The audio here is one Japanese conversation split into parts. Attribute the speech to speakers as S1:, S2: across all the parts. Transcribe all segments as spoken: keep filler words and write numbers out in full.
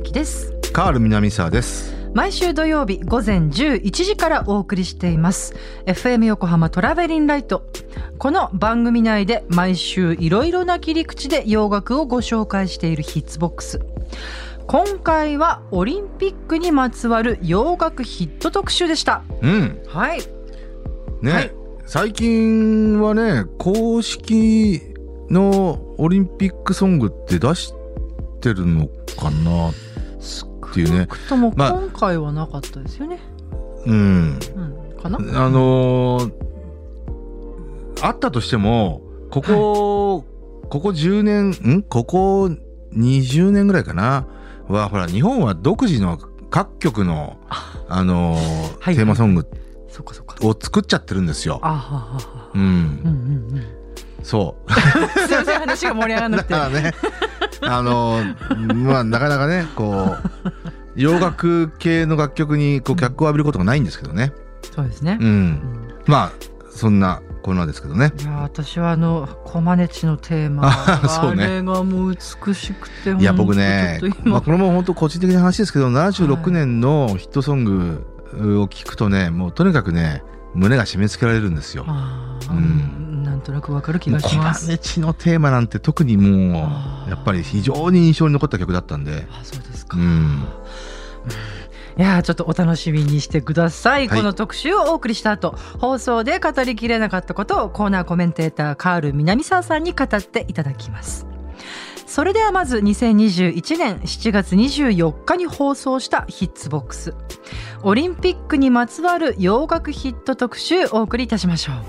S1: 希です。
S2: カール南沢です。
S1: 毎週土曜日午前じゅういちじからお送りしています エフエム 横浜トラベリンライト。この番組内で毎週いろいろな切り口で洋楽をご紹介しているヒッツボックス。今回はオリンピックにまつわる洋楽ヒット特集でした。
S2: うん
S1: はい
S2: ね、
S1: はい、
S2: 最近はね公式のオリンピックソングって出してるのかなっていうね。
S1: 少なくとも今回はなかったですよね、
S2: まあ、うん、
S1: うん、かな。
S2: あのー、あったとしてもここ、はい、ここじゅうねんんここにじゅうねんぐらいかなはほら日本は独自の各局のあのーはい、テーマソングを作っちゃってるんですよ。
S1: あははは、
S2: うん、うんうん
S1: うん、
S2: そう
S1: すいません話が盛り上がらなくて
S2: だからねあのー、まあなかなかねこう洋楽系の楽曲にこう脚光を浴びることがないんですけどね。
S1: そうですね、
S2: うんうん、まあそんなこんなですけどね。
S1: いや私はあのコマネチのテーマ あ, そう、ね、あれがもう美しくて、
S2: いや僕ね、まあ、これも本当個人的な話ですけどななじゅうろくねんのヒットソングを聞くとね、もうとにかくね胸が締め付けられるんですよ。
S1: あ、うん、なんとなくわかる気がします。
S2: コマネチのテーマなんて特にもうやっぱり非常に印象に残った曲だったんで。
S1: あ、そうですか、
S2: うん、
S1: いやちょっとお楽しみにしてください、はい、この特集をお送りした後放送で語りきれなかったことをコーナーコメンテーターカール南沢さんに語っていただきます。それではまずにせんにじゅういちねんしちがつにじゅうよっかに放送したヒッツボックスオリンピックにまつわる洋楽ヒット特集をお送りいたしましょう。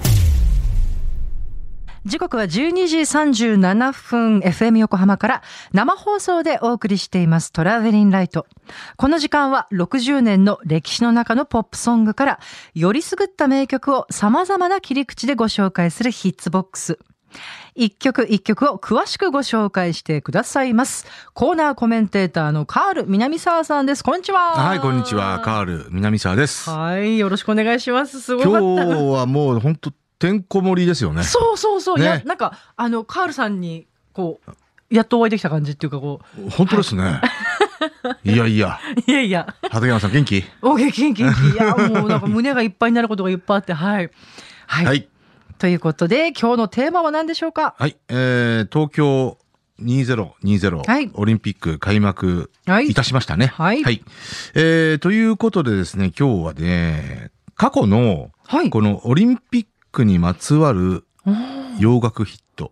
S1: 時刻はじゅうにじさんじゅうななふん エフエム 横浜から生放送でお送りしていますトラベリンライト。この時間はろくじゅうねんの歴史の中のポップソングからよりすぐった名曲を様々な切り口でご紹介するヒッツボックス。一曲一曲を詳しくご紹介してくださいます。コーナーコメンテーターのカール南沢さんです。こんにちは。
S2: はい、こんにちは。カール南沢です。
S1: はい、よろしくお願いします。すごかった。
S2: 今日はもう本当てんこ盛りですよね。
S1: そうそうそう、
S2: ね、
S1: いやなんかあのカールさんにこうやっとお会いできた感じっていうかこう
S2: 本当ですね、はい、いやいや
S1: いやいや
S2: 畠山さん元気？
S1: お元気元気元気。いやもうなんか胸がいっぱいになることがいっぱいあってはいはい、はい、ということで今日のテーマは何でしょうか？
S2: はい、えー、東京にせんにじゅう、はい、オリンピック開幕いたしましたね。
S1: はい、はい、
S2: えー、ということでですね今日はね過去のこのオリンピックにまつわる洋楽ヒット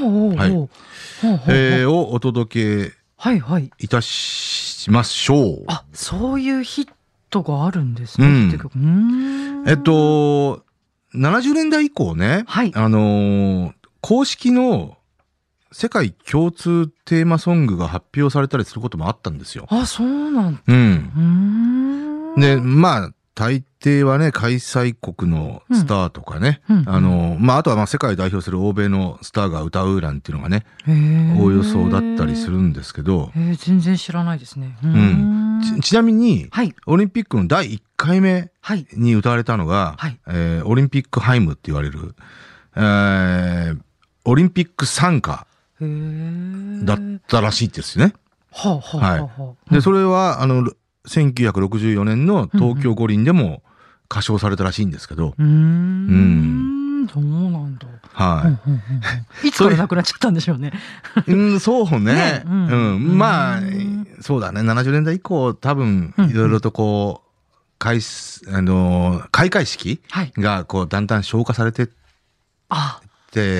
S2: をお届けいたしましょう。はいはい、
S1: あ、そういうヒットがあるんですね。うん、うーん
S2: えっとななじゅうねんだい以降ね、はい、あのー、公式の世界共通テーマソングが発表されたりすることもあったんですよ。
S1: あ、そうなんだ。
S2: うん。うーんで、まあ大抵はね開催国のスターとかね、うんうん、あのまああとはまあ世界を代表する欧米のスターが歌うなんていうのがねおおよそだったりするんですけど、
S1: へー全然知らないですね。
S2: うん、ち, ちなみに、はい、オリンピックのだいいっかいめに歌われたのが、はいえー、オリンピックハイムって言われる、えー、オリンピック賛歌だったらしいですね。
S1: はあはあはあ、
S2: はい、でそれはあのせんきゅうひゃくろくじゅうよねんの東京五輪でも歌唱されたらしいんですけど、
S1: うーん、うん、そうなんだ。
S2: はい、
S1: うんうんうん、いつからなくなっちゃったんでしょうね。
S2: うん、そうね、ね、うん、うん、まあそうだねななじゅうねんだい以降多分いろいろとこう開あの開会式がこうだんだん消化されてって、はい、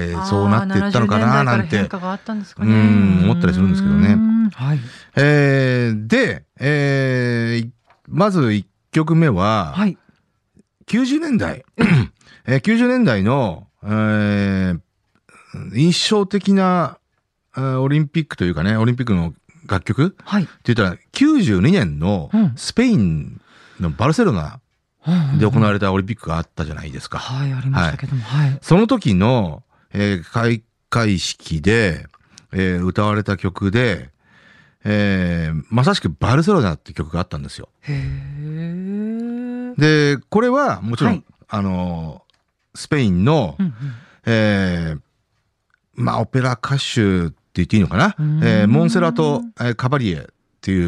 S2: そうなっていったのかななんてうん思ったりするんですけどね。
S1: はい、
S2: えー、で、えー、まずいっきょくめは、はい、きゅうじゅうねんだい、えー、きゅうじゅうねんだいの、えー、印象的なオリンピックというかねオリンピックの楽曲、はい、って言ったらきゅうじゅうにねんのスペインのバルセロナで行われたオリンピックがあったじゃないですか。
S1: はい、ありましたけども、はい、
S2: その時の、えー、開会式で、えー、歌われた曲でえー、まさしくバルセロナって曲があったんですよ。
S1: へー。
S2: でこれはもちろん、はい、あのスペインの、うんうんえー、まあオペラ歌手って言っていいのかな、えー、モンセラト・カバリエっていう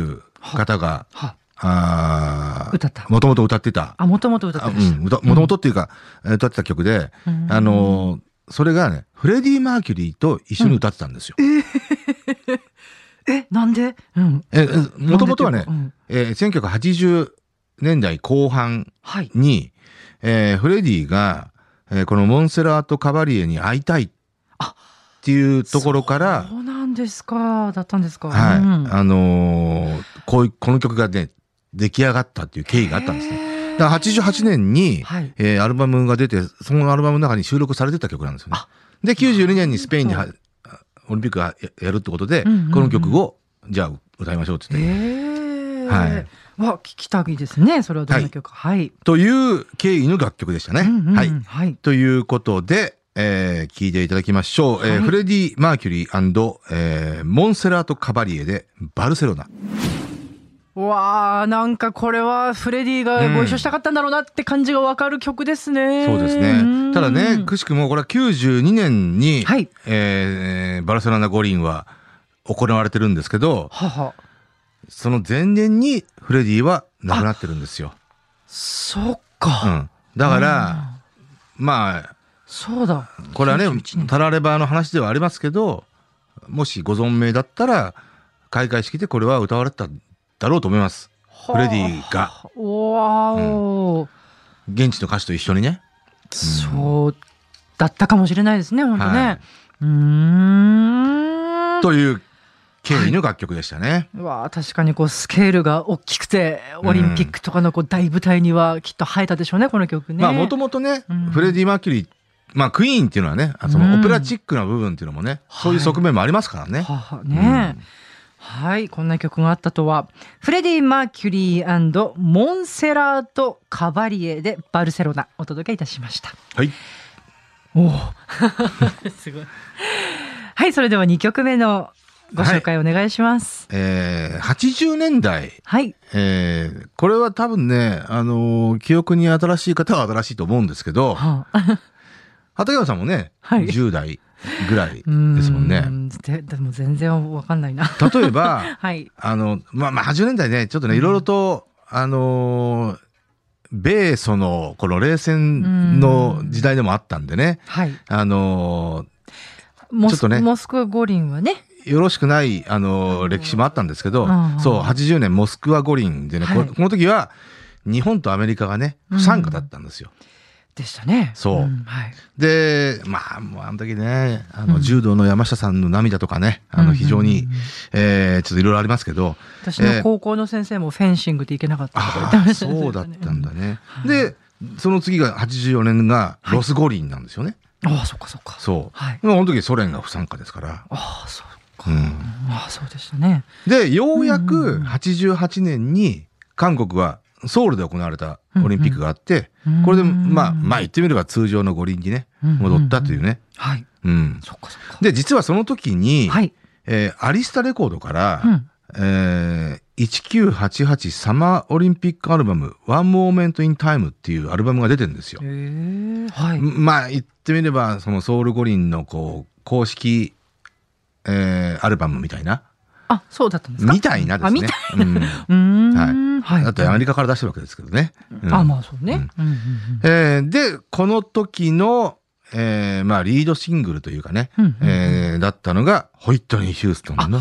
S2: 方が、
S1: は
S2: あ
S1: 歌った。
S2: もともと歌ってた。
S1: あ、もともと歌ってました。うん、も
S2: ともとっていうか、うん、歌ってた曲で、うん、あの、それがね、フレディ・マーキュリーと一緒に歌ってたんですよ。
S1: うん、ええ、なんで？うん、
S2: え、もともとはね、うん、えー、せんきゅうひゃくはちじゅうねんだいこう半に、はい、えー、フレディが、えー、このモンセラート・カバリエに会いたいっていうところから、
S1: そうなんですか、だったんですか。
S2: はい。
S1: うん、
S2: あのー、こういう、この曲がね、出来上がったっていう経緯があったんですね。だからはちじゅうはちねんに、はい、えー、アルバムが出て、そのアルバムの中に収録されてた曲なんですよね。で、きゅうじゅうにねんにスペインでオリンピックがやるってことで、うんうんうん、この曲を、じゃあ歌いましょうって言って。
S1: えー、はい。わ、聞きたいですね。それはどんな曲？はい。はい、
S2: という経緯の楽曲でしたね。うんうん、はい、
S1: はい。
S2: ということで、えー、聞いていただきましょう。はい、えー、フレディ・マーキュリー、えー、モンセラート・カバリエでバルセロナ。
S1: わあ、なんかこれはフレディがご一緒したかったんだろうなって感じがわかる曲ですね。
S2: うん、そうですね。ただね、くしくもこれはきゅうじゅうにねんに、はい、えー、バルセロナ五輪は行われてるんですけど、はは、その前年にフレディは亡くなってるんですよ。
S1: そっか。
S2: うん。だから、まあ、
S1: そうだ。
S2: これはね、タラレバの話ではありますけど、もしご存命だったら、開会式でこれは歌われただろうと思います。フレディが。
S1: わお、
S2: うん、現地の歌手と一緒にね。
S1: そうだったかもしれないですね、本当ね。はい、うーん。
S2: という経緯の楽曲でしたね。
S1: はい、わあ、確かにこうスケールが大きくて、オリンピックとかのこう大舞台にはきっと映えたでしょうね、この曲ね。
S2: まあもともとね、フレディ・マーキュリー、まあクイーンっていうのはね、そのオペラチックな部分っていうのもね、そういう側面もありますからね。
S1: はい、ははね、うん、はい、こんな曲があったとは。フレディ・マーキュリー&モンセラート・カバリエでバルセロナお届けいたしました。
S2: はい。
S1: おおすごい。はい、それではにきょくめのご紹介お願いします。
S2: はい、えー、はちじゅうねんだい。
S1: はい。
S2: えー、これは多分ね、あのー、記憶に新しい方は新しいと思うんですけど、はあ、畠山さんもね、はい、じゅうだいぐらいですもんね。
S1: んで, でも全然わかんないな。
S2: 例えば、
S1: はい、
S2: あの、まあ、まあ、はちじゅうねんだいね、ちょっとね、いろいろと、あのー、米ソのこの冷戦の時代でもあったんでね、はい、あの
S1: ー、ちょっとね、モスクワ五輪はね、
S2: よろしくない、あのー、歴史もあったんですけど、そう、はちじゅうねんモスクワ五輪でね、はい、こ, この時は日本とアメリカがね、不参加だったんですよ。
S1: でしたね。
S2: そう。うん、はい、で、まあ、もうあの時ね、あの、柔道の山下さんの涙とかね、うん、あの、非常に、うんうんうん、えー、ちょっといろいろありますけど。
S1: 私の高校の先生もフェンシングで行けなかったとか言ってましたね。
S2: そうだったんだね。うん、で、その次がはちじゅうよねんがロス五輪なんですよね。
S1: はい、ああ、そっかそっか。
S2: そう。はい。この時ソ連が不参加ですから。
S1: ああ、そうか。うん、ああ、そうでしたね。
S2: で、ようやくはちじゅうはちねんに韓国はソウルで行われたオリンピックがあって、うんうん、これで、まあ、まあ言ってみれば通常の五輪にね、戻ったというね。
S1: はい。
S2: うん。
S1: そっかそっか。
S2: で、実はその時に、はい、えー、アリスタレコードから、うん、えー、せんきゅうひゃくはちじゅうはちサマーオリンピックアルバム、One Moment in Time っていうアルバムが出てるんですよ。
S1: へー、はい。
S2: まあ言ってみれば、そのソウル五輪のこう、公式、えー、アルバムみたいな。
S1: あ、そうだったんですか。
S2: みたいなですね。
S1: みたいな。うん。
S2: はい。だってアメリカから出してるわけですけどね。
S1: うん、あ、まあそうね。
S2: うんうんうん、えー、で、この時の、えー、まあリードシングルというかね、うんうんうん、えー、だったのが、ホイットニー・ヒューストンの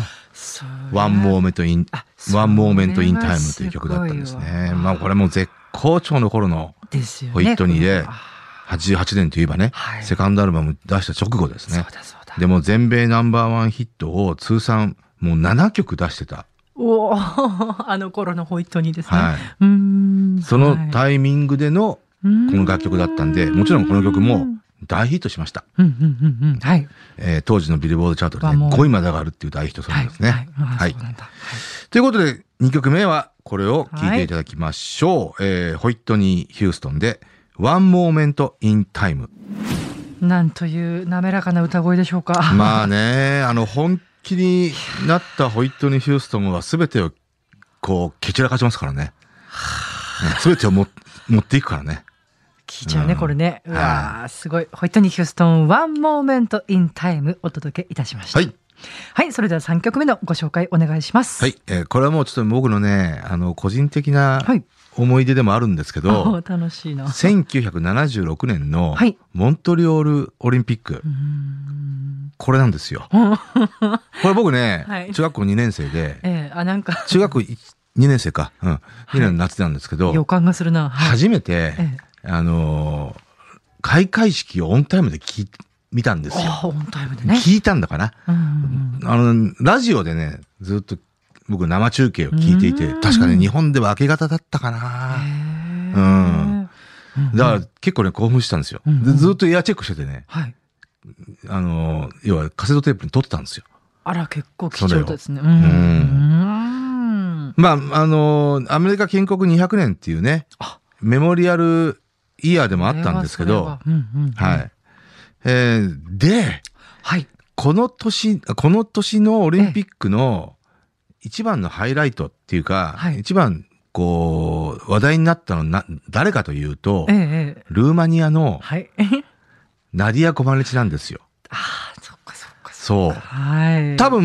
S2: One Moment in, One Moment in Time という曲だったんですね。まあこれも絶好調の頃のホイットニーで、はちじゅうはちねんといえばね、はい、セカンドアルバム出した直後ですね。
S1: そうだそうだ。
S2: でも全米ナンバーワンヒットを通算もうななきょく出してた。
S1: おあの頃のホイットニーですね。
S2: はい、うーん、そのタイミングでのこの楽曲だったんで、もちろんこの曲も大ヒットしました。
S1: うんうんうんうん、はい、
S2: えー、当時のビルボードチャートで、ね、ごいまで上がるっていう大ヒットソングですね。はいはい、はい、ということでにきょくめはこれを聴いていただきましょう。はい、えー、ホイットニー・ヒューストンで One Moment in Time。
S1: なんという滑らかな歌声でしょうか。
S2: まあね、あの本気になったホイットニー・ヒューストンは全てをこう蹴散らかしますからね。全てをも持っていくからね。
S1: 聞いちゃうね、うん、これね。うわー、すごい。ホイットニー・ヒューストン One Moment in Time お届けいたしました。
S2: はい。
S1: はい、それではさんきょくめのご紹介お願いします。
S2: はい、えー、これはもうちょっと僕のね、あの個人的な思い出でもあるんですけど、
S1: はい、楽しいな。
S2: せんきゅうひゃくななじゅうろくねんのモントリオールオリンピック、はい、これなんですよ。これ僕ね、はい、中学校にねん生で、
S1: えー、あなんか
S2: 中学校にねん生か、うん、にねんの夏なんですけど、
S1: 予感がするな。
S2: はい、初めて、えー、あのー、開会式をオンタイムで聞いて見たんですよ。
S1: オンタイムでね。
S2: 聞いたんだかな、うんうん、あのラジオでねずっと僕生中継を聞いていて、確かね日本では明け方だったかな。うん。だから結構ね興奮したんですよ。でずっとエアチェックしててね、はい、あの要はカセットテープに撮ってたんですよ。
S1: あら結構貴重ですね。うん。
S2: うんまああのアメリカ建国にひゃくねんっていうねメモリアルイヤーでもあったんですけど、うんうんうん、はい。えー、で、はい、この年、この年のオリンピックの一番のハイライトっていうか、はい、一番こう話題になったのはな誰かというと、ええ、ルーマニアのナディア・コマネチなんですよ。
S1: ああ、そっかそっか
S2: そう。はい、多分、うん、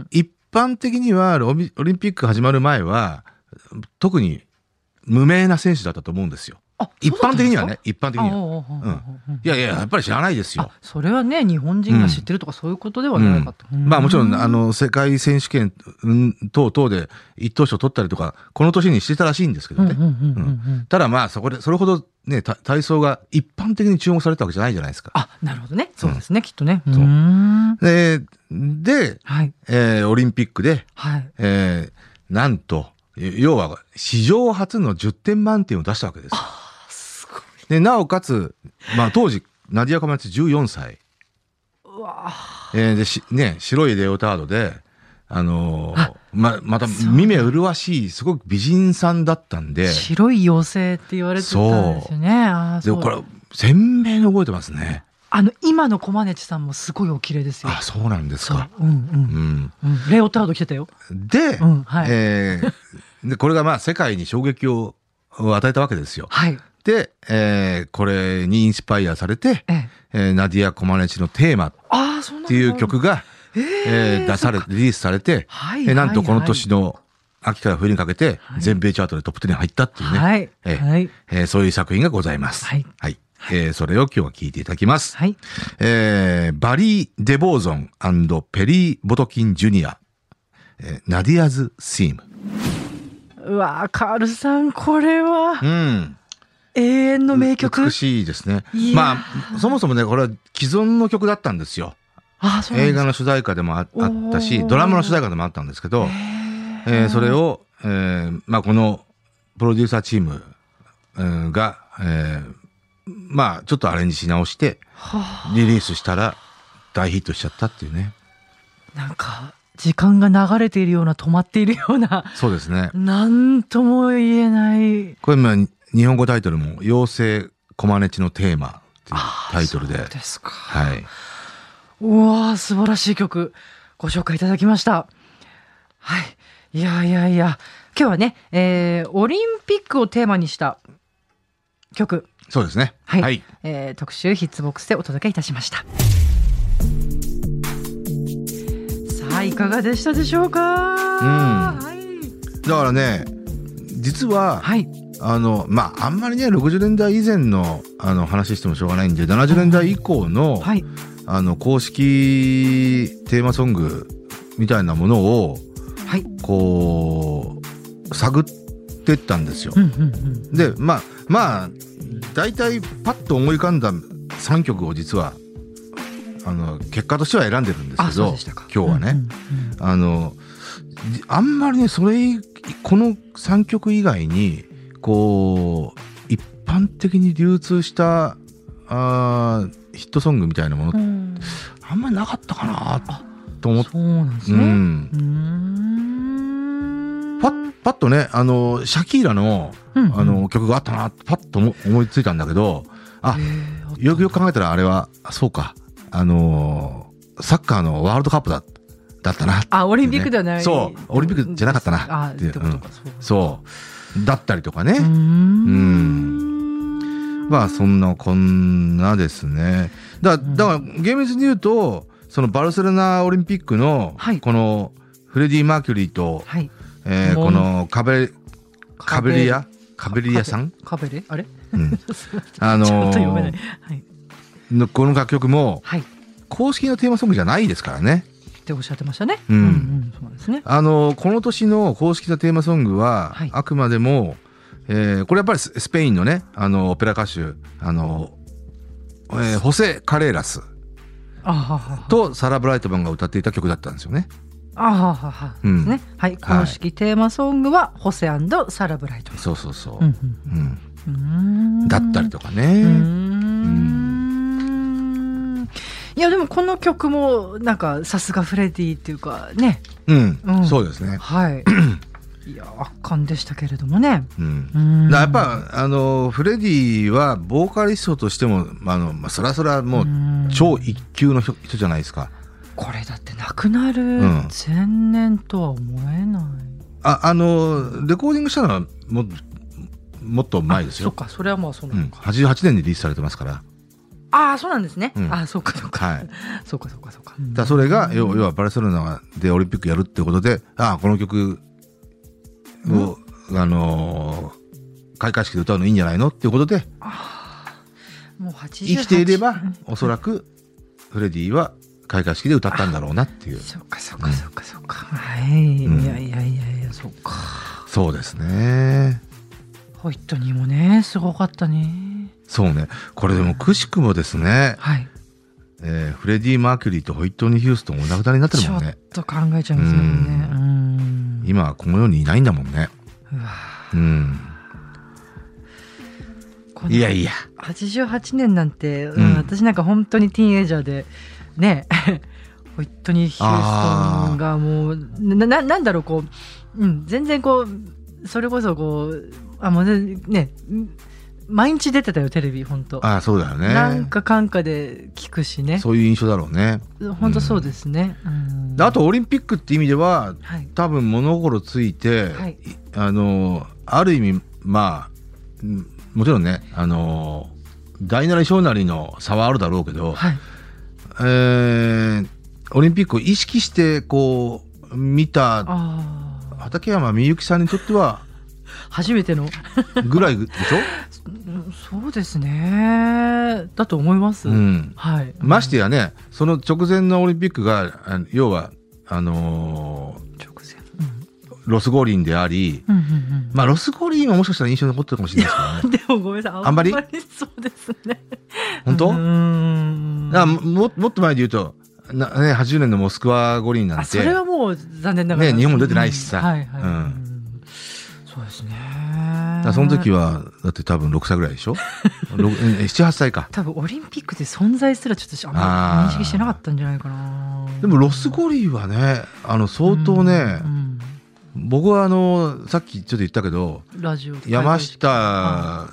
S2: 一般的にはオリンピック始まる前は特に無名な選手だったと思うんですよ。一般的にはね、一般的には。いやいや、やっぱり知らないですよ。
S1: それはね、日本人が知ってるとかそういうことではないかと。
S2: うんうん、まあもちろん、あの、世界選手権、うん、等々で一等賞取ったりとか、この年にしてたらしいんですけどね。ただまあ、そこで、それほどね、体操が一般的に注目されたわけじゃないじゃないですか。
S1: あ、なるほどね。そうですね、うん、きっとね。
S2: そうで、で、はい、えー、オリンピックで、はい、えー、なんと、要は史上初のじゅってん満点を出したわけです。でなおかつ、まあ、当時ナディア・コマネチじゅうよんさい、うわ、えー、でしね、白いレオタードで、あのー、ままた見目麗しいすごく美人さんだったんで、
S1: 白い妖精って言われてたんですよね。あ
S2: でこれ鮮明に覚えてますね。
S1: あの今のコマネチさんもすごいお綺麗ですよ。
S2: あ、そうなんですか。
S1: うんうんうん、レオタード着てたよ。
S2: で、うんはい、えー、でこれがまあ世界に衝撃を与えたわけですよ。はい。で、えー、これにインスパイアされて、ええー、ナディア・コマネチのテーマっていう曲が、えーえー、出されリリースされて、はいはいはい、なんとこの年の秋から冬にかけて全米チャートでトップテンに入ったっていうね、はいえーはいえー、そういう作品がございます。はいはいえー、それを今日は聴いていただきます。はいえー、バリー・デボーゾン&ペリー・ボトキン・ジュニア、えー、ナディアズ・シーム。
S1: うわー、カールさん、これは、うん、永遠の名曲。
S2: 美しいですね。まあそもそもねこれは既存の曲だったんですよ。ああ、そうなんですか。映画の主題歌でも あ, あったしドラマの主題歌でもあったんですけど、えー、それを、えーまあ、このプロデューサーチーム、えー、が、えー、まあちょっとアレンジし直してリリースしたら大ヒットしちゃったっていうね。
S1: なんか時間が流れているような止まっているような。
S2: そうですね。
S1: なんとも言えない。
S2: これまあ日本語タイトルも妖精コマネチのテーマっていうタイトルで。
S1: そうですか。
S2: はい。
S1: うわ、素晴らしい曲ご紹介いただきました。はい。いやいやいや、今日はね、えー、オリンピックをテーマにした曲。
S2: そうですね。
S1: はい。はい、えー、特集ヒッツボックスでお届けいたしました。さあ、いかがでしたでしょうか。うん。はい。
S2: だからね、実は。はい。あのまああんまりねろくじゅうねんだい以前のあの話してもしょうがないんでななじゅうねんだい以降の、はい、あの公式テーマソングみたいなものを、はい、こう探ってったんですよ。うんうんうん、でまあまあ大体パッと思い浮かんださんきょくを実はあの結果としては選んでるんですけど今日はね、うんうんうん、あのあんまりねそれこのさんきょく以外にこう一般的に流通したあヒットソングみたいなものってあんまりなかったかなと思って。そうなんですね。うん、うーんパッパッとねあのシャキーラの、うんうん、あの曲があったなパッと思いついたんだけど、あよくよく考えたらあれはそうかあのサッカーのワールドカップだだったな、ね、
S1: あオリンピックではない。
S2: そうオリンピックじゃなかったなっていう、うん、そうだったりとかね。うーんうんまあそんなこんなですね。だだから厳密に言うとそのバルセロナオリンピックの、はい、このフレディ・マーキュリーと、はい、えー、このカベカベリアカベリアさん
S1: カベレあれ、
S2: うん、あのー、ちょっと読めない、はい、のこの楽曲も、はい、公式のテーマソングじゃないですからね
S1: っておっしゃってましたね。
S2: うんうん、そうですね。あのー、この年の公式のテーマソングは、はい、あくまでも、えー、これやっぱりスペインのねあのオペラ歌手あの、えー、ホセ・カレーラスとサラ・ブライトマンが歌っていた曲だったんですよね。
S1: あははは、うん、ですね。はい、公式テーマソングはホセ&サラ・ブライトマン。
S2: そうそうそう。うんうんうん、だったりとかね。うん
S1: うんいやでもこの曲もなんかさすがフレディっていうかね。
S2: うん、うん、そうですね。
S1: はい。いや圧巻でしたけれどもね。
S2: うん。うんだやっぱあのフレディはボーカリストとしてもあのまあそらそらもう超一級の人じゃないですか。
S1: これだって亡くなる前年とは思えない、うん、
S2: ああのレコーディングしたのはももっと前ですよ。
S1: そうかそれはもうそうなのか、
S2: うん、はちじゅうはちねんにリリースされてますから。
S1: ああそうなんですね、うん、ああそうかそうか、はい、そうかそうかそうか
S2: だそれが要はバルセロナでオリンピックやるってことでああこの曲を、うん、あのー、開会式で歌うのいいんじゃないのっていうことで
S1: あもうはちじゅうはち
S2: 生きていればおそらくフレディは開会式で歌ったんだろうなっていう。
S1: そうかそうかそうかそうか、うん、はい、うん、いやいやいやいやそうか
S2: そうですね。
S1: ホイットニーもねすごかったね。
S2: そうねこれでもくしくもですね、はいえー、フレディ・マーキュリーとホイットニー・ヒューストンもお亡くなりになってるもんね。
S1: ちょっと考えちゃいますよね。うんうん
S2: 今はこの世にいないんだもんね。うわうんいやいや
S1: はちじゅうはちねんなんて、うん、私なんか本当にティーンエイジャーでねホイットニー・ヒューストンがもう な, な, なんだろうこう、うん、全然こうそれこそこうあもうねね毎日出てたよテレビ本当。
S2: ああそうだよね。
S1: なんか感化で聞くしね。
S2: そういう印象だろうね。
S1: 本当そうですね、
S2: うんうん、あとオリンピックって意味では、はい、多分物心ついて、はい、あのある意味まあもちろんねあの大なり小なりの差はあるだろうけど、はいえー、オリンピックを意識してこう見た畠山みゆきさんにとっては
S1: 初めての
S2: ぐらいでしょ
S1: そうですねだと思います、うんはい、
S2: ましてやねその直前のオリンピックが要はあのー、直前、うん、ロス五輪であり、うんうんうんまあ、ロス五輪はもしかしたら印象に残ってるかもしれないですけどね
S1: でもごめんなさいあんまりそうですね
S2: 本当うんだも, もっと前で言うとな、ね、はちじゅうねんのモスクワ五輪なんて
S1: それはもう残念ながら、
S2: ね、日本出てないしさ、
S1: うん、はいはい、うんそうですね。
S2: だその時はだって多分ろくさいぐらいでしょななはっさいか
S1: 多分オリンピックで存在すらちょっとあんまり認識してなかったんじゃないかな。
S2: でもロス五輪はねあの相当ね、うんうん、僕はあのさっきちょっと言ったけど
S1: ラジオ
S2: 山下、はい、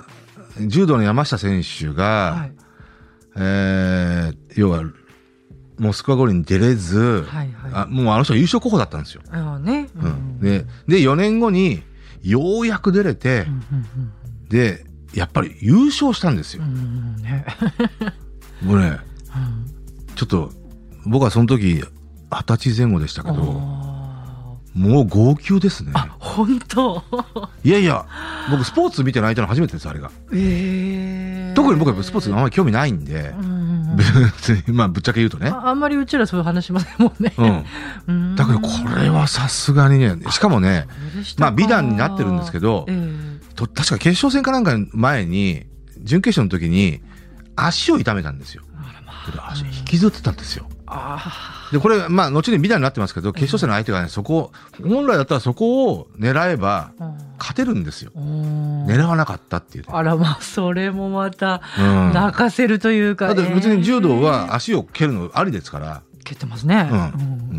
S2: 柔道の山下選手が、はいえー、要はモスクワ五輪に出れず、はいはい、あもうあの人は優勝候補だったんですよ。
S1: あ、ねうん、
S2: で, でよねんごにようやく出れて、うんうんうん、でやっぱり優勝したんですよ。うんね、もうね、うん、ちょっと僕はその時はたちぜん後でしたけどもう号泣ですね。
S1: あ本当
S2: いやいや僕スポーツ見て泣いたの初めてですあれが、えー、特に僕はスポーツにあんまり興味ないんで、うんまあぶっちゃけ言うとね あ,
S1: あんまりうちらそういう話しませんもんね、
S2: うん、だけどこれはさすがにねしかもねまあ美談になってるんですけど、えー、と確か決勝戦かなんか前に準決勝の時に足を痛めたんですよ。足引きずってたんですよ。あでこれまあ後に美談になってますけど決勝戦の相手がねそこ本来だったらそこを狙えば勝てるんですよ。狙わなかったっていう、ね、
S1: あらまあそれもまた泣かせるというか、
S2: うん、だって別に柔道は足を蹴るのありですから
S1: 蹴ってますね、うんうん
S2: うん、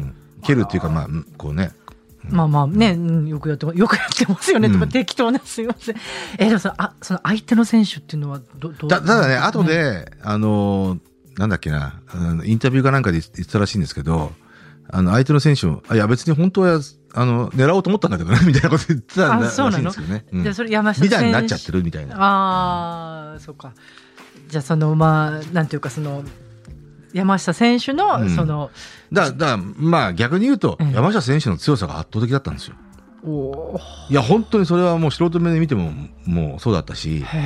S2: 蹴るっていうかまあこうね
S1: まあまあね、よくやってよくやってますよね、うん、とか適当なすいません。えでもそのあその相手の選手っていうのはどどう
S2: だただね後で、うん、あのなんだっけなインタビューかなんかで言ってたらしいんですけどあの相手の選手もいや別に本当はあの狙おうと思ったんだけどねみたいなこと言ってたらしいんですけどね。
S1: じゃあそれ山下選手
S2: みたいになっちゃってるみたいな。
S1: ああそうか。じゃあそのまあなんていうかその山下選手の、うん、その
S2: だだまあ逆に言うと、うん、山下選手の強さが圧倒的だったんですよ。おいや本当にそれはもう素人目で見てももうそうだったし。へ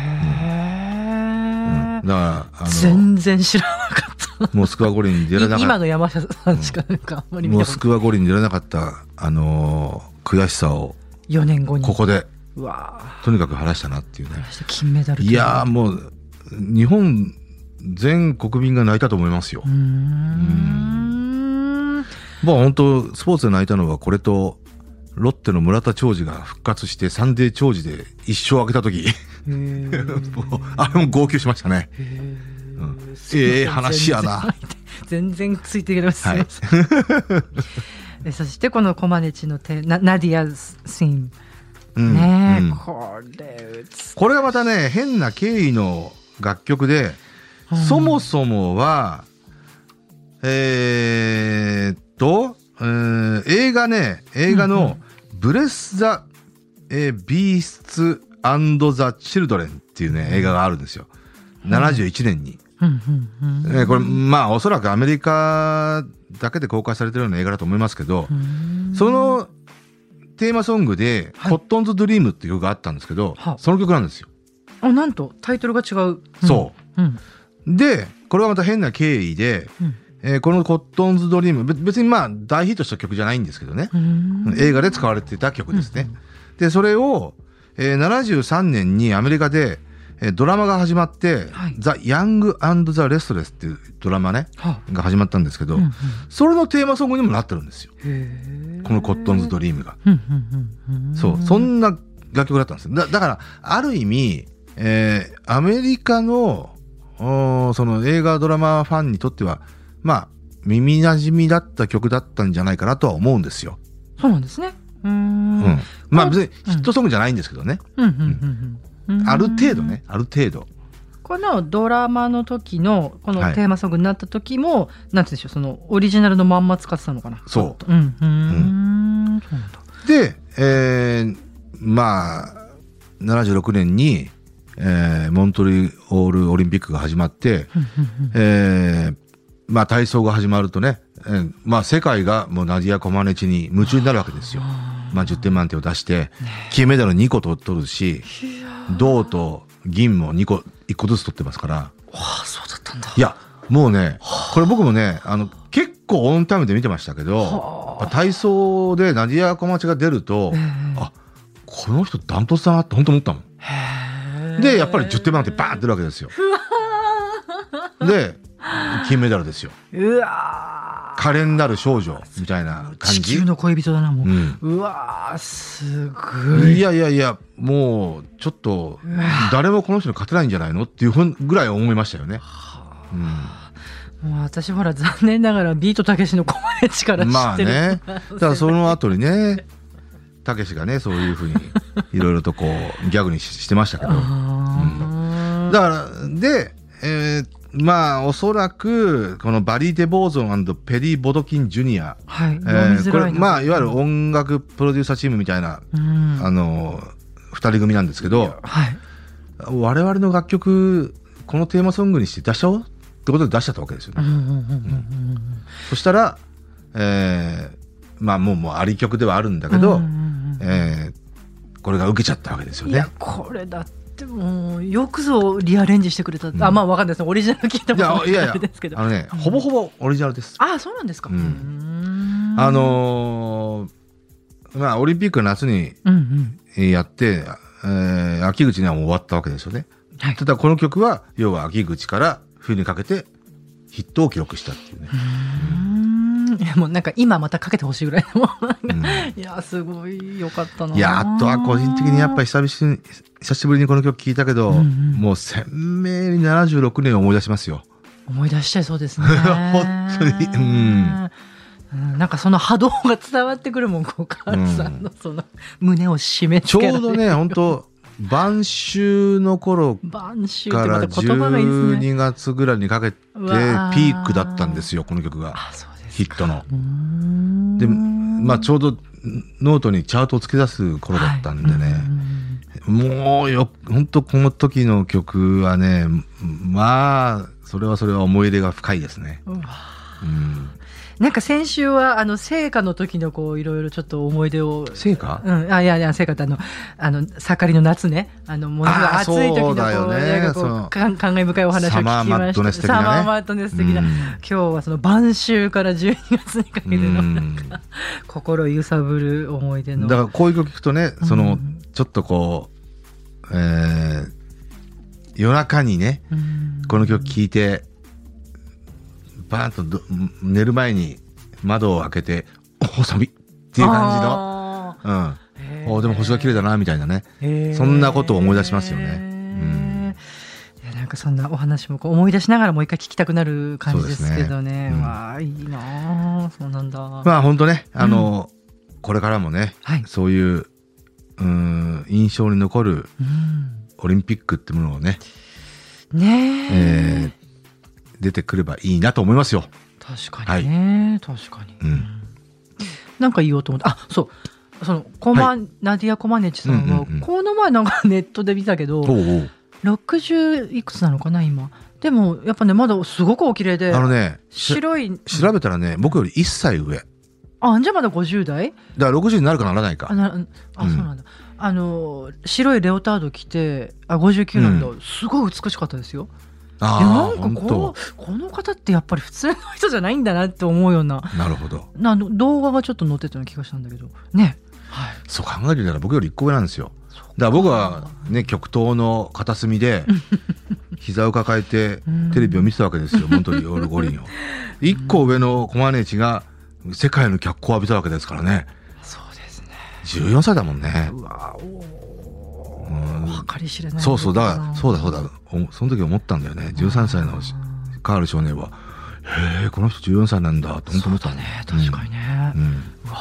S1: ー、
S2: うん、だからあの
S1: 全然知らなかった。
S2: モスクワ五輪に出られなかった
S1: 今の山下さんしかなんかあんまり見たことない。
S2: モスクワ五輪に出られなかったあのー、悔しさを
S1: よねんごに
S2: ここで
S1: うわ
S2: とにかく晴らしたなっていうね。
S1: 金メダル。
S2: いやもう日本全国民が泣いたと思いますよ。うーん、うんまあ本当スポーツで泣いたのはこれとロッテの村田兆治が復活してサンデー兆治で一生開けた時もうあれも号泣しましたね。えーうん、ええ話やな。
S1: 全然ついていけます、はい、そしてこのコマネチのテナナディアシーン、うん、ねえ、うん、これ
S2: これがまたね変な経緯の楽曲で、うん、そもそもはえー、っとえー、映画ね映画のブレス・ザ・ビースツ・アンド・ザ・チルドレンっていうね映画があるんですよ、うん、ななじゅういちねんに、うんうんうん、これまあおそらくアメリカだけで公開されてるような映画だと思いますけど、そのテーマソングで、はい、コットンズ・ドリームっていう曲があったんですけど、はその曲なんですよ。
S1: あ、なんとタイトルが違う、うん、
S2: そう、うん、でこれはまた変な経緯で、うんえー、このコットンズドリーム別にまあ大ヒットした曲じゃないんですけどね、映画で使われていた曲ですね、うん、でそれを、えー、ななじゅうさんねんにアメリカで、えー、ドラマが始まって、はい、ザ・ヤング・アンド・ザ・レストレスっていうドラマね、はあ、が始まったんですけど、うんうん、それのテーマソングにもなってるんですよ、このコットンズドリームが、うんうんうん、そうそんな楽曲だったんですよ。 だ, だからある意味、えー、アメリカのその映画ドラマファンにとってはまあ耳なじみだった曲だったんじゃないかなとは思うんですよ。
S1: そうなんですね。うーん、
S2: うん、まあ別にヒットソングじゃないんですけどね、うんうんうんうん、ある程度ねある程度
S1: このドラマの時のこのテーマソングになった時も、はい、なんて言うんでしょう、そのオリジナルのまんま使ってたのかな。
S2: そう、
S1: うんうんうん、
S2: で、えー、まあななじゅうろくねんに、えー、モントリオールオリンピックが始まってえーまあ体操が始まるとね、えー、まあ世界がもうナディア・コマネチに夢中になるわけですよ。まあじゅってん満点を出して金メダルにこ取るし、銅と銀もにこいっこずつ取ってますから。わ
S1: あ、そうだったんだ。
S2: いやもうねこれ僕もねあの結構オンタイムで見てましたけど、体操でナディア・コマネチが出ると、あこの人ダントツだなって本当思ったもん。でやっぱりじゅってん満点バーンって出るわけですよ。で金メダルですよ。うわ可憐なる少女みたいな感じ。
S1: 地球の恋人だなもう、うん、うわすごい。
S2: いやいやいやもうちょっと誰もこの人に勝てないんじゃないのっていうぐらい思いましたよね、
S1: うん、もう私ほら残念ながらビートたけしのコマネチから知ってる。
S2: まあねだからその後にねたけしがねそういうふうにいろいろとこうギャグに し, してましたけど、うん、だからで、えーまあおそらくこのバリー・デ・ボーゾン&ペリー・ボドキン・ジュニア、はいえー、これまあいわゆる音楽プロデューサーチームみたいな、うん、あのふたり組なんですけど、はい、我々の楽曲このテーマソングにして出しちゃおうってことで出しちゃったわけですよね。そしたら、えー、まあもうもうあり曲ではあるんだけど、うんうんうんえー、これが受けちゃったわけですよね。
S1: いやこれだってでもよくぞリアレンジしてくれた、うん、あまあわかんないですオリジナル聞いたことないですけど、いやいやいやあのね、うん、
S2: ほぼほぼオリジナルです。
S1: あそうなんですか、うん、
S2: あのー、まあオリンピック夏にやって、うんうんえー、秋口にはもう終わったわけですよね、はい、ただこの曲は要は秋口から冬にかけてヒットを記録したっていうね。うん
S1: いやもうなんか今またかけてほしいぐらいの、うん、いやすごい良かったな。
S2: いやあとは個人的にやっぱり久しぶりに久しぶりにこの曲聴いたけど、うんうん、もう鮮明にななじゅうろくねんを思い出しますよ。
S1: 思い出しちゃいそうですね
S2: 本当に、うん
S1: うん、なんかその波動が伝わってくるもんお母さんのその胸を締め付けられる、
S2: ちょうどね本当晩秋の頃からじゅうにがつぐらいにかけてピークだったんですよこの曲が。あそうヒットので、まあ、ちょうどノートにチャートを付け出す頃だったんでね、はい、もうよ本当この時の曲はねまあそれはそれは思い入れが深いですね。
S1: うわ、
S2: うん、
S1: なんか先週はあの聖火の時のこういろいろちょっと思い出を。
S2: 聖火？
S1: うん、あいやいや聖火ってあのあの盛りの夏ね、あのものすごい暑い時のこう、ね、こう感慨深いお話を聞きました。サマーマットネス的なね。サマーマットネス的な、うん、今日はその晩秋からじゅうにがつにかけてのなんか、うん、心揺さぶる思い出の。
S2: だからこういう曲聞くとね、その、うん、ちょっとこう、えー、夜中にね、うん、この曲聴いてバーンと寝る前に窓を開けてお寒いっていう感じの、うん、おでも星が綺麗だなみたいなね、そんなことを思い出しますよね。うん、
S1: いやなんかそんなお話もこう思い出しながらもう一回聞きたくなる感じですけど ね, ね、うん、わあいいな、そうなんだ。
S2: まあ本当ね、あの、うん、これからもね、はい、そういう、うん、印象に残るオリンピックってものをね、
S1: ねえ
S2: ー出てくればいいなと思いますよ。
S1: 確かにね、はい、確かに、うん、なんか言おうと思って、あ、そうそのコマ、はい、ナディア・コマネチさんは、うんうんうん、この前なんかネットで見たけど、おうおうろくじゅういくつなのかな今。でもやっぱねまだすごくお綺麗で、
S2: あのね
S1: 白い
S2: 調べたらね僕よりいっさい上。
S1: あ、じゃあまだごじゅう代だ
S2: からろくじゅうになるかならないか。
S1: あなあ、うん、そうなんだ。あの白いレオタード着て、あごじゅうきゅうなんだ、うん、すごい美しかったですよ。あ、いやなんか こ, この方ってやっぱり普通の人じゃないんだなって思うような。
S2: なるほど。
S1: なの動画がちょっと載ってたような気がしたんだけどね、はい、
S2: そう考えてみたら僕よりいっこ上なんですよ。だから僕はね極東の片隅で膝を抱えてテレビを見てたわけですよ。モントリオール五輪をいっこ上のコマネチが世界の脚光を浴びたわけですからね。
S1: そうですね。
S2: じゅうよんさいだもんね。
S1: うわお、計り知れない。
S2: そうそう、だからそうだそうだ、その時思ったんだよね。じゅうさんさいのカール少年はへえこの人じゅうよんさいなんだと本当思った
S1: ね。確かにね、うんうん、うわ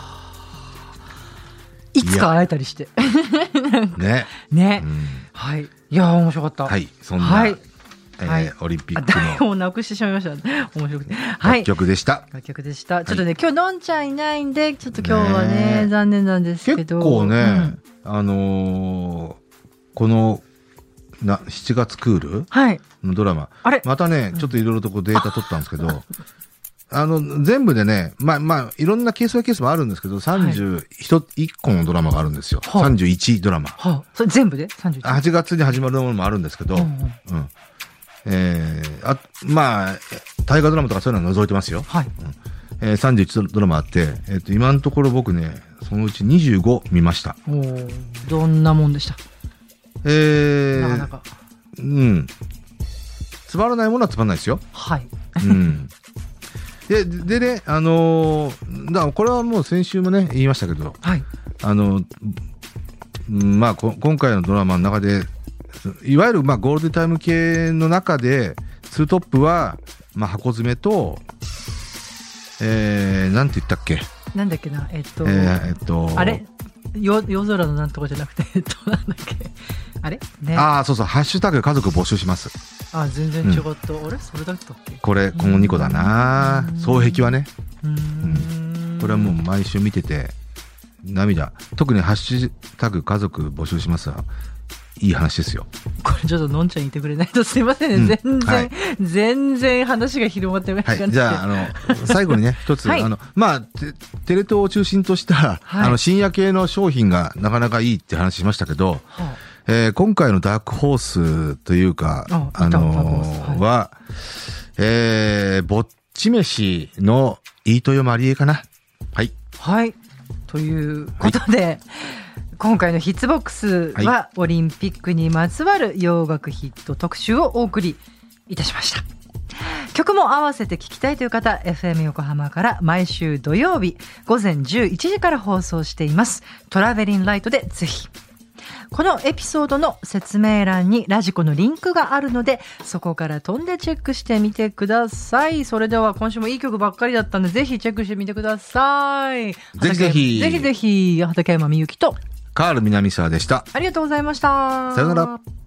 S1: いつか会えたりして
S2: ね
S1: ね、うん、はい、いや面白かった。
S2: はい、そんな、はいえーはい、オリンピックの
S1: 台本をなくしてしまいました面白くて、
S2: はい、楽曲でした。
S1: 楽曲でした。ちょっとね、はい、今日のんちゃんいないんでちょっと今日は ね, ね残念なんですけど、
S2: 結構ね、うんあのー、このなしちがつクールのドラマ、はい、またねちょっといろいろとこうデータ取ったんですけど、うん、あの全部でねまあまあいろんなケースはケースもあるんですけどさんじゅういっこのドラマがあるんですよ、はい、さんじゅういちドラマ、
S1: はあ、それ全部でさんじゅういち
S2: はちがつに始まるものもあるんですけど、うんうんうんえー、あまあ大河ドラマとかそういうのは除いてますよ、はいうんえー、さんじゅういちドラマあって、えー、と今のところ僕ねそのうちにじゅうご見ました。
S1: おどんなもんでした？
S2: えー、
S1: なかなか
S2: うんつまらないものはつまらないですよ。
S1: はい、
S2: うん、ででねあのー、だからこれはもう先週もね言いましたけど、はい、あのまあこ今回のドラマの中でいわゆるまあゴールデンタイム系の中でツートップはまあ箱詰めと、えー、なんて言ったっけ
S1: なんだっけなえっと、
S2: えー、えっと
S1: あれ夜空のなんとかじゃなくてえっとなんだっけあれ、ね、
S2: ああそうそうハッシュタグ家族募集します。
S1: あ全然違った、うん、あれそれだったっけ。
S2: これこのにこだな双璧はねうん、うん、これはもう毎週見てて涙。特にハッシュタグ家族募集しますはいい話ですよ。
S1: これちょっとのんちゃんいてくれないとすいませんね、うん、全然、はい、全然話が広まってない感じで、はい、
S2: じゃあ、あの最後にね一つ、はい、あのまあテ、テレ東を中心とした、はい、あの深夜系の商品がなかなかいいって話しましたけど、はいえー、今回のダークホースというかあ、あのー、は、えー、ぼっち飯の飯豊まりえかな。はい
S1: はいということで、はい今回のヒッツボックスはオリンピックにまつわる洋楽ヒット特集をお送りいたしました。曲も合わせて聴きたいという方 エフエム 横浜から毎週土曜日午前じゅういちじから放送していますトラベリンライトでぜひこのエピソードの説明欄にラジコのリンクがあるのでそこから飛んでチェックしてみてください。それでは今週もいい曲ばっかりだったのでぜひチェックしてみてください。
S2: ぜひぜひ
S1: ぜひぜひ畠山みゆきと
S2: カール南沢でした。
S1: ありがとうございました。
S2: さよなら。